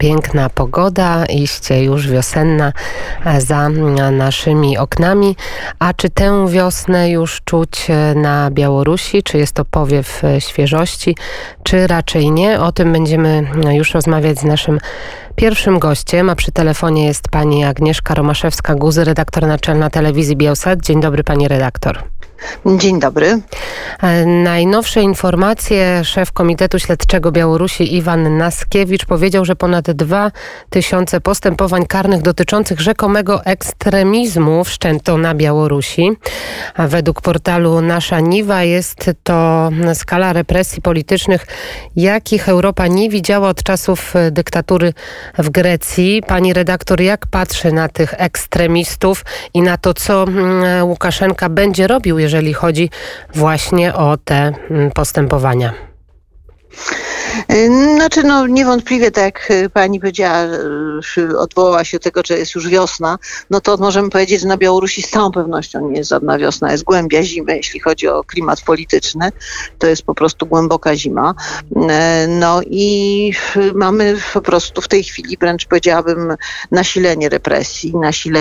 Piękna pogoda, iście już wiosenna za naszymi oknami. A czy tę wiosnę już czuć na Białorusi? Czy jest to powiew świeżości, czy raczej nie? O tym będziemy już rozmawiać z naszym pierwszym gościem, a przy telefonie jest pani Agnieszka Romaszewska-Guzy, redaktor naczelna telewizji Bielsat. Dzień dobry, pani redaktor. Dzień dobry. Najnowsze informacje. Szef Komitetu Śledczego Białorusi Iwan Naskiewicz powiedział, że ponad 2000 postępowań karnych dotyczących rzekomego ekstremizmu wszczęto na Białorusi. A według portalu Nasza Niwa jest to skala represji politycznych, jakich Europa nie widziała od czasów dyktatury w Grecji. Pani redaktor, jak patrzy na tych ekstremistów i na to, co Łukaszenka będzie robił, jeżeli chodzi właśnie o te postępowania? Znaczy, niewątpliwie, tak jak pani powiedziała, odwołała się do tego, że jest już wiosna, no to możemy powiedzieć, że na Białorusi z całą pewnością nie jest żadna wiosna, jest głębia zimy, jeśli chodzi o klimat polityczny. To jest po prostu głęboka zima. No i mamy po prostu w tej chwili, wręcz powiedziałabym, nasilenie represji,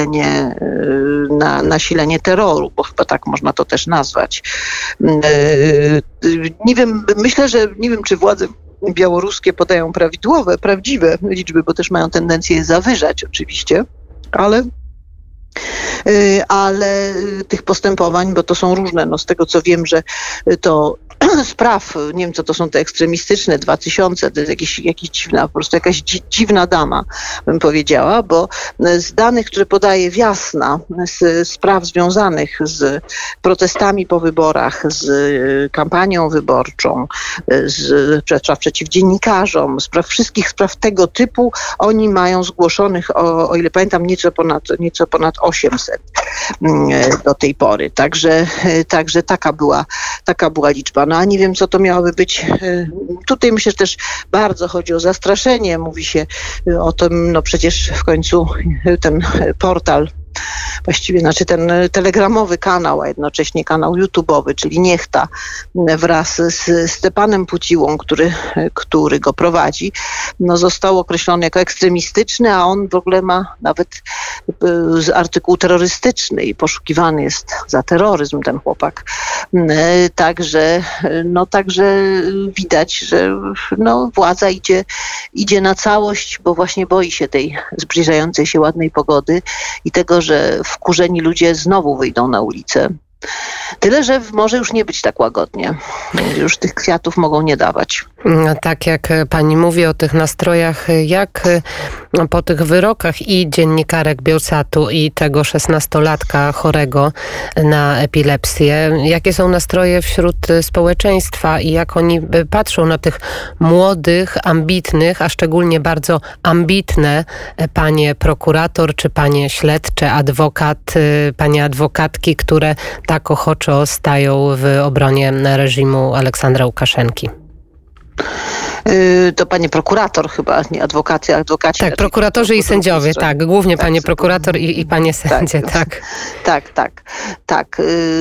nasilenie terroru, bo chyba tak można to też nazwać. Nie wiem, nie wiem, czy władze białoruskie podają prawdziwe liczby, bo też mają tendencję je zawyżać oczywiście, ale tych postępowań, bo to są różne, z tego co wiem, że to spraw, nie wiem co to są te ekstremistyczne, 2000, to jest jakaś dziwna dama, bym powiedziała, bo z danych, które podaje Wiasna, z spraw związanych z protestami po wyborach, z kampanią wyborczą, z spraw przeciw dziennikarzom, wszystkich spraw tego typu, oni mają zgłoszonych, o ile pamiętam, nieco ponad 800 do tej pory. Także taka była liczba. No a nie wiem, co to miałoby być. Tutaj myślę, że też bardzo chodzi o zastraszenie. Mówi się o tym, przecież w końcu ten portal, właściwie ten telegramowy kanał, a jednocześnie kanał YouTube'owy, czyli Niechta, wraz z Stepanem Puciłą, który go prowadzi, został określony jako ekstremistyczny, a on w ogóle ma nawet artykuł terrorystyczny i poszukiwany jest za terroryzm ten chłopak. Także widać, że władza idzie na całość, bo właśnie boi się tej zbliżającej się ładnej pogody i tego, że wkurzeni ludzie znowu wyjdą na ulicę. Tyle, że może już nie być tak łagodnie. Już tych kwiatów mogą nie dawać. Tak jak pani mówi o tych nastrojach, jak po tych wyrokach i dziennikarek Bielsatu i tego 16-latka chorego na epilepsję, jakie są nastroje wśród społeczeństwa i jak oni patrzą na tych młodych, ambitnych, a szczególnie bardzo ambitne panie prokurator, czy panie śledcze, adwokat, panie adwokatki, które tak ochoczo stają w obronie reżimu Aleksandra Łukaszenki? To panie prokurator chyba, nie adwokaci. Tak, prokuratorzy i sędziowie, tak. Głównie panie prokurator i panie sędzie, tak. Tak.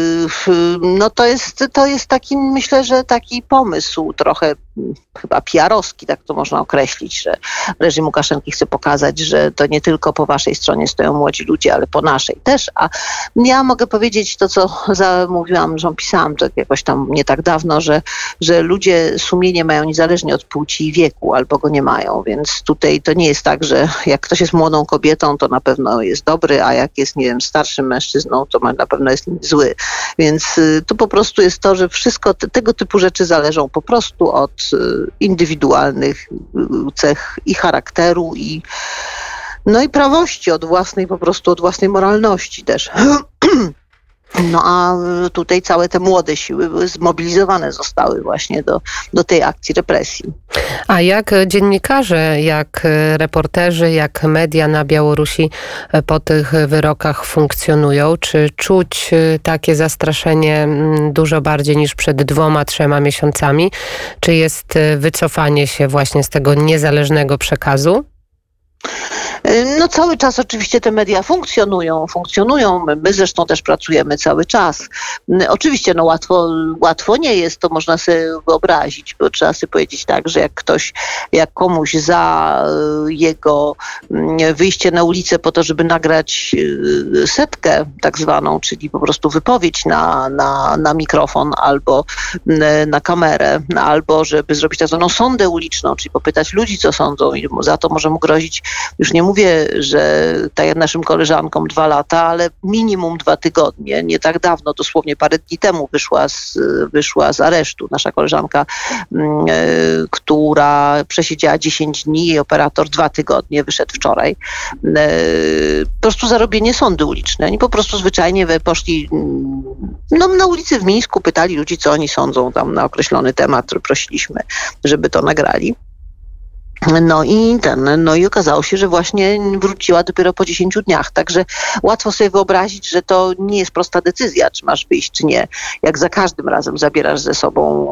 To jest taki, myślę, że taki pomysł trochę chyba PR-owski, tak to można określić, że reżim Łukaszenki chce pokazać, że to nie tylko po waszej stronie stoją młodzi ludzie, ale po naszej też. A ja mogę powiedzieć to, co mówiłam, że pisałam to jakoś tam nie tak dawno, że ludzie sumienie mają niezależnie od płci i wieku, albo go nie mają, więc tutaj to nie jest tak, że jak ktoś jest młodą kobietą, to na pewno jest dobry, a jak jest, nie wiem, starszym mężczyzną, to na pewno jest zły. Więc to po prostu jest to, że wszystko tego typu rzeczy zależą po prostu od indywidualnych cech i charakteru i prawości, od własnej moralności też. A tutaj całe te młode siły zmobilizowane zostały właśnie do tej akcji represji. A jak dziennikarze, jak reporterzy, jak media na Białorusi po tych wyrokach funkcjonują? Czy czuć takie zastraszenie dużo bardziej niż przed 2-3 miesiącami? Czy jest wycofanie się właśnie z tego niezależnego przekazu? No cały czas oczywiście te media funkcjonują. My zresztą też pracujemy cały czas. Oczywiście łatwo nie jest, to można sobie wyobrazić, bo trzeba sobie powiedzieć tak, że jak komuś za jego wyjście na ulicę po to, żeby nagrać setkę tak zwaną, czyli po prostu wypowiedź na mikrofon albo na kamerę, albo żeby zrobić tak zwaną sondę uliczną, czyli popytać ludzi, co sądzą i za to może mu grozić, już nie mówię, że tak jak naszym koleżankom 2 lata, ale minimum 2 tygodnie. Nie tak dawno, dosłownie parę dni temu wyszła z aresztu. Nasza koleżanka, która przesiedziała 10 dni, jej operator 2 tygodnie, wyszedł wczoraj. Po prostu za robienie sądy ulicznej. Oni po prostu zwyczajnie poszli na ulicy w Mińsku, pytali ludzi, co oni sądzą tam na określony temat, który prosiliśmy, żeby to nagrali. No i okazało się, że właśnie wróciła dopiero po 10 dniach. Także łatwo sobie wyobrazić, że to nie jest prosta decyzja, czy masz wyjść, czy nie. Jak za każdym razem zabierasz ze sobą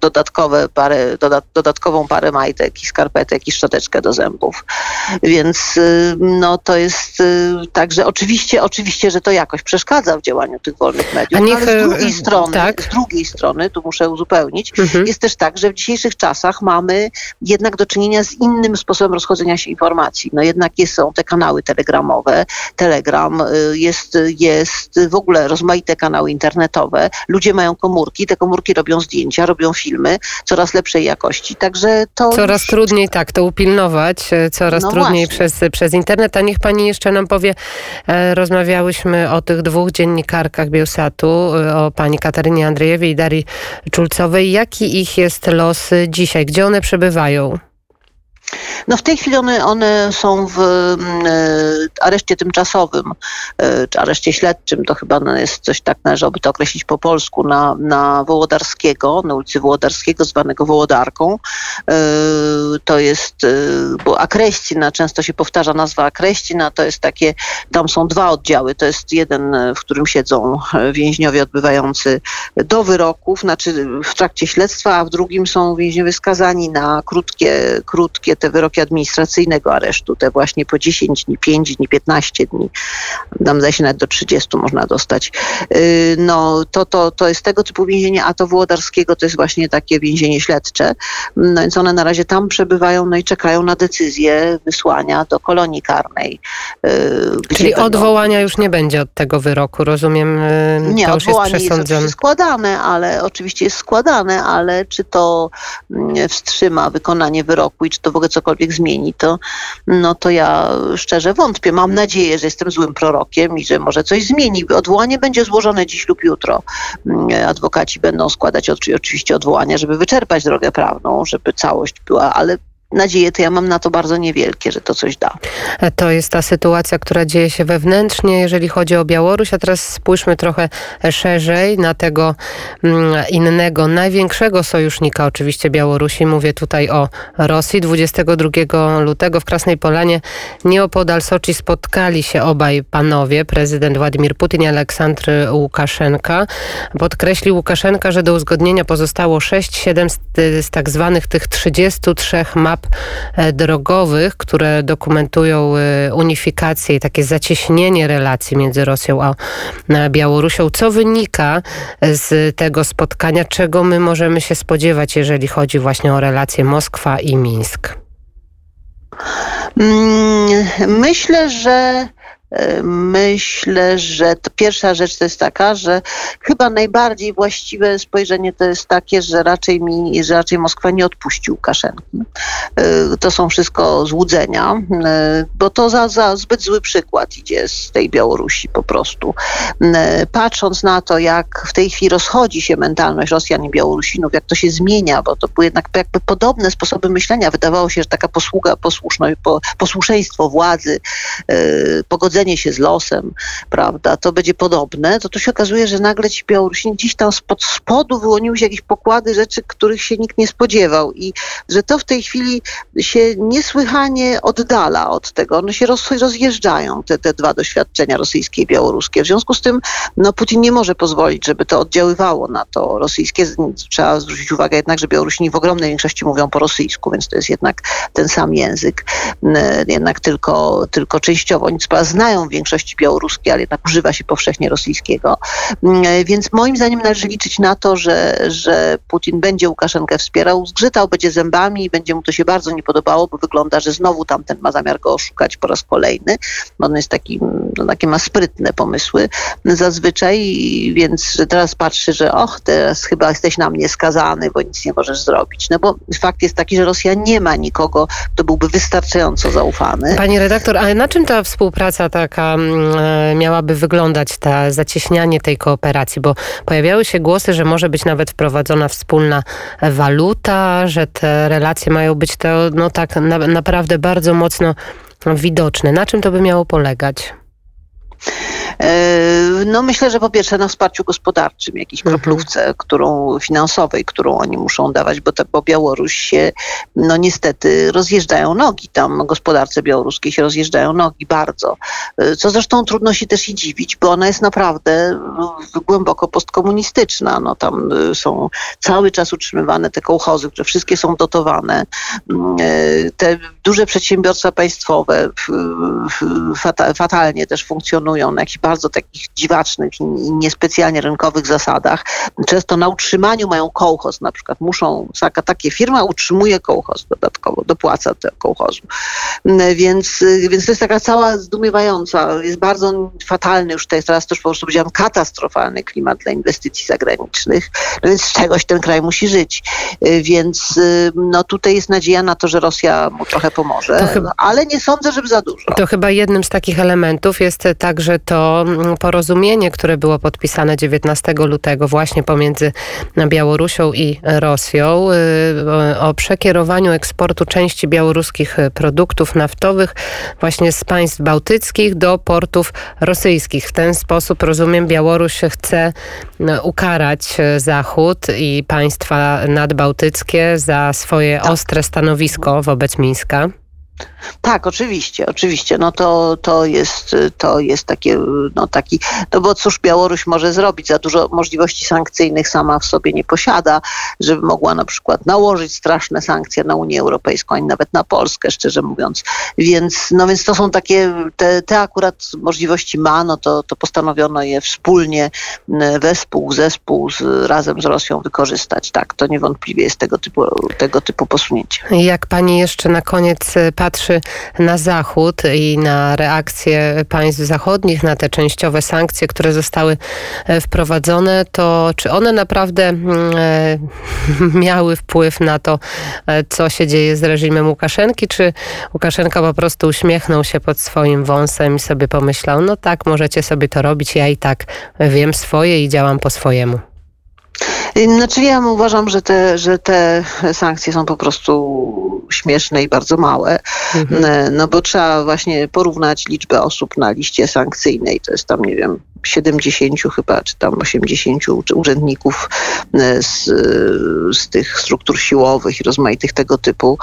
dodatkową parę majtek i skarpetek i szczoteczkę do zębów. Więc to jest tak, że oczywiście, że to jakoś przeszkadza w działaniu tych wolnych mediów. Ale z drugiej strony, tu muszę uzupełnić, jest też tak, że w dzisiejszych czasach mamy jednak do czynienia z innym sposobem rozchodzenia się informacji. Jednak są te kanały telegramowe, Telegram, jest w ogóle rozmaite kanały internetowe. Ludzie mają komórki, te komórki robią zdjęcia, robią filmy coraz lepszej jakości. Także to coraz trudniej to upilnować, coraz trudniej przez internet. A niech pani jeszcze nam powie, rozmawiałyśmy o tych 2 dziennikarkach Biełsatu, o pani Katarynie Andrejewie i Darii Czulcowej. Jaki ich jest los dzisiaj? Gdzie one przebywają? W tej chwili one są w areszcie tymczasowym, czy areszcie śledczym, to chyba jest coś tak, należałoby to określić po polsku, na Wołodarskiego, na ulicy Wołodarskiego, zwanego Wołodarką. To jest, bo Akreścina, często się powtarza nazwa Akreścina, to jest takie, tam są 2 oddziały, to jest jeden, w którym siedzą więźniowie odbywający do wyroków, znaczy w trakcie śledztwa, a w drugim są więźniowie skazani na krótkie te wyroki administracyjnego aresztu, te właśnie po 10 dni, 5 dni, 15 dni, tam zdaje się nawet do 30 można dostać. To jest tego typu więzienie, a to Wołodarskiego to jest właśnie takie więzienie śledcze. Więc one na razie tam przebywają, i czekają na decyzję wysłania do kolonii karnej. Czyli odwołania już nie będzie od tego wyroku, rozumiem? Nie, to już odwołanie jest przesądzone. Jest składane, ale czy to wstrzyma wykonanie wyroku i czy to w ogóle cokolwiek zmieni, to ja szczerze wątpię. Mam nadzieję, że jestem złym prorokiem i że może coś zmieni. Odwołanie będzie złożone dziś lub jutro. Adwokaci będą składać oczywiście odwołania, żeby wyczerpać drogę prawną, żeby całość była, ale nadzieje to ja mam na to bardzo niewielkie, że to coś da. To jest ta sytuacja, która dzieje się wewnętrznie, jeżeli chodzi o Białoruś, a teraz spójrzmy trochę szerzej na tego innego, największego sojusznika oczywiście Białorusi. Mówię tutaj o Rosji. 22 lutego w Krasnej Polanie nieopodal Soczi spotkali się obaj panowie, prezydent Władimir Putin i Aleksandr Łukaszenka. Podkreślił Łukaszenka, że do uzgodnienia pozostało 6-7 z tak zwanych tych 33 map drogowych, które dokumentują unifikację i takie zacieśnienie relacji między Rosją a Białorusią. Co wynika z tego spotkania? Czego my możemy się spodziewać, jeżeli chodzi właśnie o relacje Moskwa i Mińsk? Myślę, że to pierwsza rzecz to jest taka, że chyba najbardziej właściwe spojrzenie to jest takie, że raczej Moskwa nie odpuści Łukaszenki. To są wszystko złudzenia, bo to za zbyt zły przykład idzie z tej Białorusi po prostu. Patrząc na to, jak w tej chwili rozchodzi się mentalność Rosjan i Białorusinów, jak to się zmienia, bo to były jednak jakby podobne sposoby myślenia. Wydawało się, że taka posłuszność, posłuszeństwo władzy, pogodzenie pogodzenie się z losem, prawda, to będzie podobne, to tu się okazuje, że nagle ci Białorusini gdzieś tam spod spodu wyłoniły się jakieś pokłady rzeczy, których się nikt nie spodziewał i że to w tej chwili się niesłychanie oddala od tego. One się rozjeżdżają, te dwa doświadczenia rosyjskie i białoruskie. W związku z tym Putin nie może pozwolić, żeby to oddziaływało na to rosyjskie. Trzeba zwrócić uwagę jednak, że Białorusini w ogromnej większości mówią po rosyjsku, więc to jest jednak ten sam język, jednak tylko częściowo. Oni znają w większości białoruskie, ale jednak używa się powszechnie rosyjskiego. Więc moim zdaniem należy liczyć na to, że Putin będzie Łukaszenkę wspierał, zgrzytał, będzie zębami i będzie mu to się bardzo nie podobało, bo wygląda, że znowu tamten ma zamiar go oszukać po raz kolejny. On jest takie ma sprytne pomysły zazwyczaj, więc teraz patrzy, że teraz chyba jesteś na mnie skazany, bo nic nie możesz zrobić. No bo fakt jest taki, że Rosja nie ma nikogo, kto byłby wystarczająco zaufany. Pani redaktor, ale na czym ta współpraca taka miałaby wyglądać, zacieśnianie tej kooperacji? Bo pojawiały się głosy, że może być nawet wprowadzona wspólna waluta, że te relacje mają być tak naprawdę bardzo mocno widoczne. Na czym to by miało polegać? Myślę, że po pierwsze na wsparciu gospodarczym, jakiejś kroplówce, finansowej, którą oni muszą dawać, bo Białoruś się, niestety rozjeżdżają nogi tam, gospodarce białoruskiej się rozjeżdżają nogi bardzo. Co zresztą trudno się też i dziwić, bo ona jest naprawdę głęboko postkomunistyczna. Tam są cały czas utrzymywane te kołchozy, które wszystkie są dotowane. Te duże przedsiębiorstwa państwowe fatalnie też funkcjonują na jakichś bardzo takich dziwacznych i niespecjalnie rynkowych zasadach. Często na utrzymaniu mają kołchoz, na przykład takie firma utrzymuje kołchoz dodatkowo, dopłaca do kołchozu. Więc to jest taka cała zdumiewająca, jest bardzo fatalny już teraz też po prostu powiedziałam katastrofalny klimat dla inwestycji zagranicznych, więc z czegoś ten kraj musi żyć. Więc tutaj jest nadzieja na to, że Rosja mu trochę pomoże, ale nie sądzę, żeby za dużo. To chyba jednym z takich elementów jest także to porozumienie, które było podpisane 19 lutego właśnie pomiędzy Białorusią i Rosją o przekierowaniu eksportu części białoruskich produktów naftowych właśnie z państw bałtyckich do portów rosyjskich. W ten sposób, rozumiem, Białoruś chce ukarać Zachód i państwa nadbałtyckie za swoje ostre stanowisko wobec Mińska. Tak, oczywiście. To jest takie, bo cóż Białoruś może zrobić? Za dużo możliwości sankcyjnych sama w sobie nie posiada, żeby mogła na przykład nałożyć straszne sankcje na Unię Europejską, ani nawet na Polskę, szczerze mówiąc. Więc to są takie, te akurat możliwości ma, to postanowiono je wspólnie, zespół razem z Rosją wykorzystać. Tak, to niewątpliwie jest tego typu posunięcie. Jak pani jeszcze na koniec patrzy na Zachód i na reakcje państw zachodnich, na te częściowe sankcje, które zostały wprowadzone, to czy one naprawdę miały wpływ na to, co się dzieje z reżimem Łukaszenki, czy Łukaszenka po prostu uśmiechnął się pod swoim wąsem i sobie pomyślał, tak, możecie sobie to robić, ja i tak wiem swoje i działam po swojemu. Ja uważam, że te sankcje są po prostu śmieszne i bardzo małe, bo trzeba właśnie porównać liczbę osób na liście sankcyjnej, to jest tam, 70 chyba, czy tam 80 urzędników z tych struktur siłowych i rozmaitych tego typu.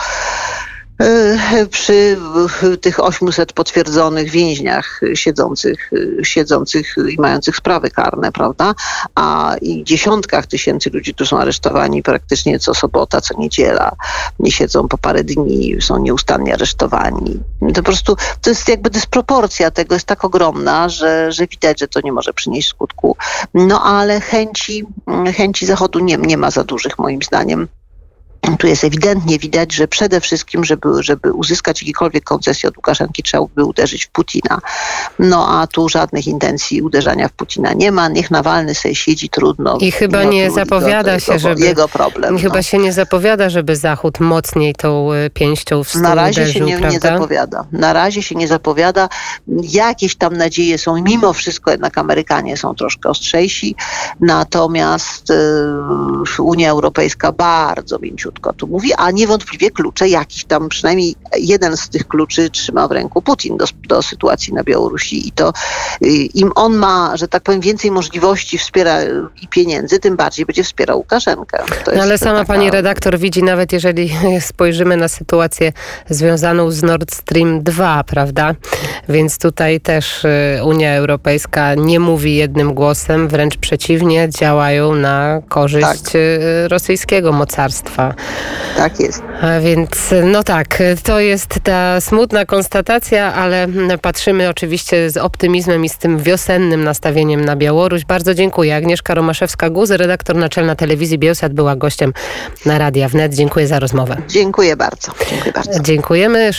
Przy tych 800 potwierdzonych więźniach siedzących i mających sprawy karne, prawda? I dziesiątkach tysięcy ludzi, którzy są aresztowani praktycznie co sobota, co niedziela. Nie siedzą po parę dni, są nieustannie aresztowani. To po prostu, to jest jakby dysproporcja tego jest tak ogromna, że widać, że to nie może przynieść skutku. Ale chęci Zachodu nie ma za dużych moim zdaniem. Tu jest ewidentnie widać, że przede wszystkim, żeby uzyskać jakiekolwiek koncesje od Łukaszenki, trzeba by uderzyć w Putina. A tu żadnych intencji uderzania w Putina nie ma. Niech Nawalny sobie siedzi, trudno. I chyba nie zapowiada się, żeby... Jego problem. Chyba się nie zapowiada, żeby Zachód mocniej tą pięścią w stół uderzył, Na razie się nie zapowiada. Na razie się nie zapowiada. Jakieś tam nadzieje są. Mimo wszystko jednak Amerykanie są troszkę ostrzejsi. Natomiast Unia Europejska bardzo mięciutko krótko tu mówi, a niewątpliwie klucze jakiś tam, przynajmniej jeden z tych kluczy trzyma w ręku Putin do sytuacji na Białorusi i to im on ma, że tak powiem, więcej możliwości wspiera i pieniędzy, tym bardziej będzie wspierał Łukaszenkę. No ale sama pani redaktor widzi, nawet jeżeli spojrzymy na sytuację związaną z Nord Stream 2, prawda? Więc tutaj też Unia Europejska nie mówi jednym głosem, wręcz przeciwnie, działają na korzyść rosyjskiego mocarstwa. Tak jest. A więc no tak, to jest ta smutna konstatacja, ale patrzymy oczywiście z optymizmem i z tym wiosennym nastawieniem na Białoruś. Bardzo dziękuję. Agnieszka Romaszewska-Guzy, redaktor naczelna telewizji Biełsat, była gościem na Radia Wnet. Dziękuję za rozmowę. Dziękuję bardzo. Dziękuję bardzo. Dziękujemy.